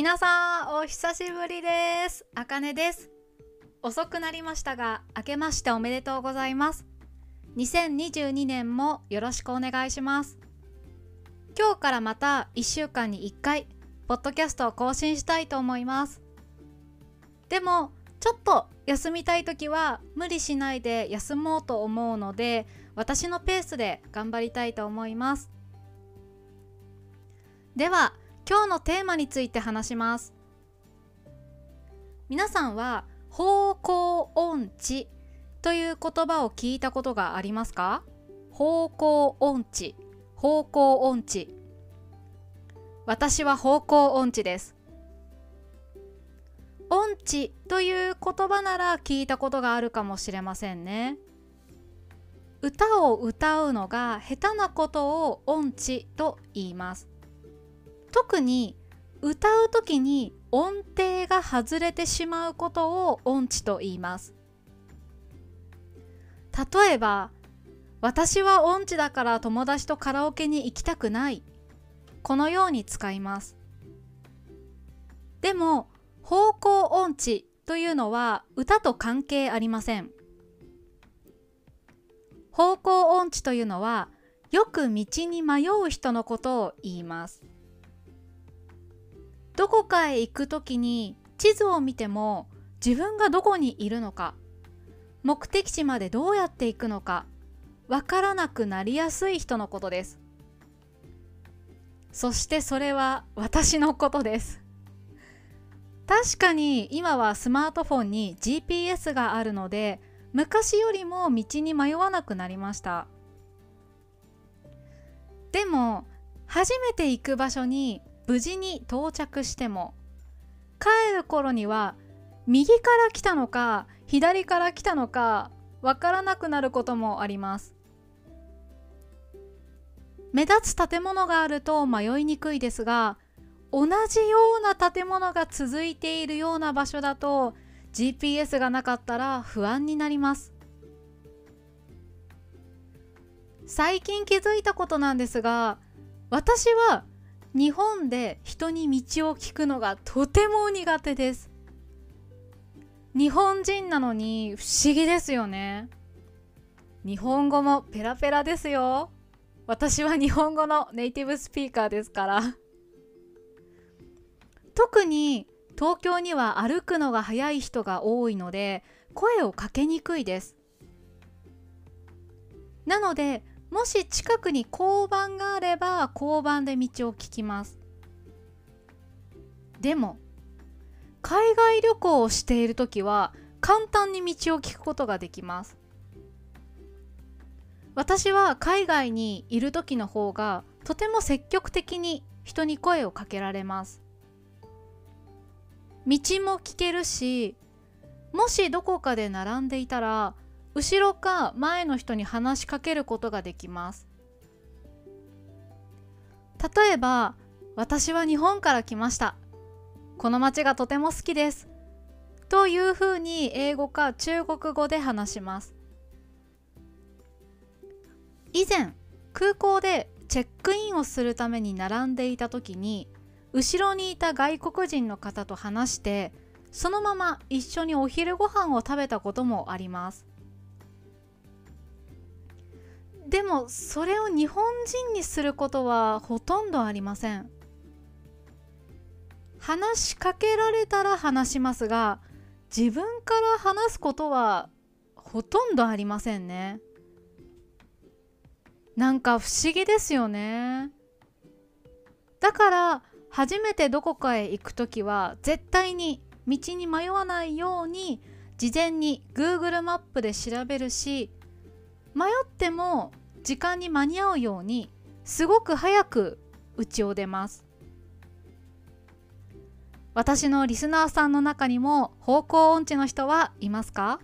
皆さんお久しぶりです。あかねです。遅くなりましたが明けましておめでとうございます。2022年もよろしくお願いします。今日からまた1週間に1回ポッドキャストを更新したいと思います。でもちょっと休みたい時は無理しないで休もうと思うので、私のペースで頑張りたいと思います。では今日のテーマについて話します。皆さんは方向音痴という言葉を聞いたことがありますか？方向音痴、方向音痴。私は方向音痴です。音痴という言葉なら聞いたことがあるかもしれませんね。歌を歌うのが下手なことを音痴と言います。特に歌うときに音程が外れてしまうことを音痴と言います。例えば、私は音痴だから友達とカラオケに行きたくない。このように使います。でも、方向音痴というのは歌と関係ありません。方向音痴というのはよく道に迷う人のことを言います。どこかへ行くときに地図を見ても自分がどこにいるのか、目的地までどうやって行くのかわからなくなりやすい人のことです。そしてそれは私のことです。確かに今はスマートフォンに GPS があるので、昔よりも道に迷わなくなりました。でも初めて行く場所に無事に到着しても、帰る頃には右から来たのか左から来たのかわからなくなることもあります。目立つ建物があると迷いにくいですが、同じような建物が続いているような場所だと GPS がなかったら不安になります。最近気づいたことなんですが、私は日本で人に道を聞くのがとても苦手です。日本人なのに不思議ですよね。日本語もペラペラですよ。私は日本語のネイティブスピーカーですから。特に東京には歩くのが早い人が多いので声をかけにくいです。なのでもし近くに交番があれば交番で道を聞きます。でも海外旅行をしているときは簡単に道を聞くことができます。私は海外にいるときの方がとても積極的に人に声をかけられます。道も聞けるし、もしどこかで並んでいたら後ろか前の人に話しかけることができます。例えば、私は日本から来ました。この街がとても好きです。というふうに英語か中国語で話します。以前、空港でチェックインをするために並んでいた時に、後ろにいた外国人の方と話して、そのまま一緒にお昼ご飯を食べたこともあります。でもそれを日本人にすることはほとんどありません。話しかけられたら話しますが、自分から話すことはほとんどありませんね。なんか不思議ですよね。だから初めてどこかへ行くときは絶対に道に迷わないように事前に Google マップで調べるし、迷っても時間に間に合うようにすごく早く家を出ます。私のリスナーさんの中にも方向音痴の人はいますか？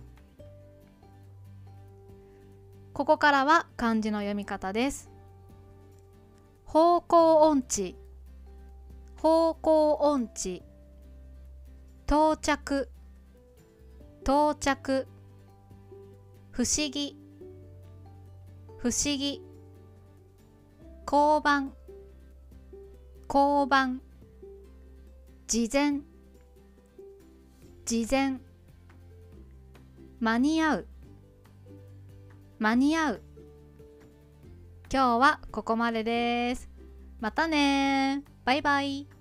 ここからは漢字の読み方です。方向音痴、方向音痴、到着、到着、不思議、不思議、交番、交番、 事前、事前、間に合う、間に合う。今日はここまでです。またね。バイバイ。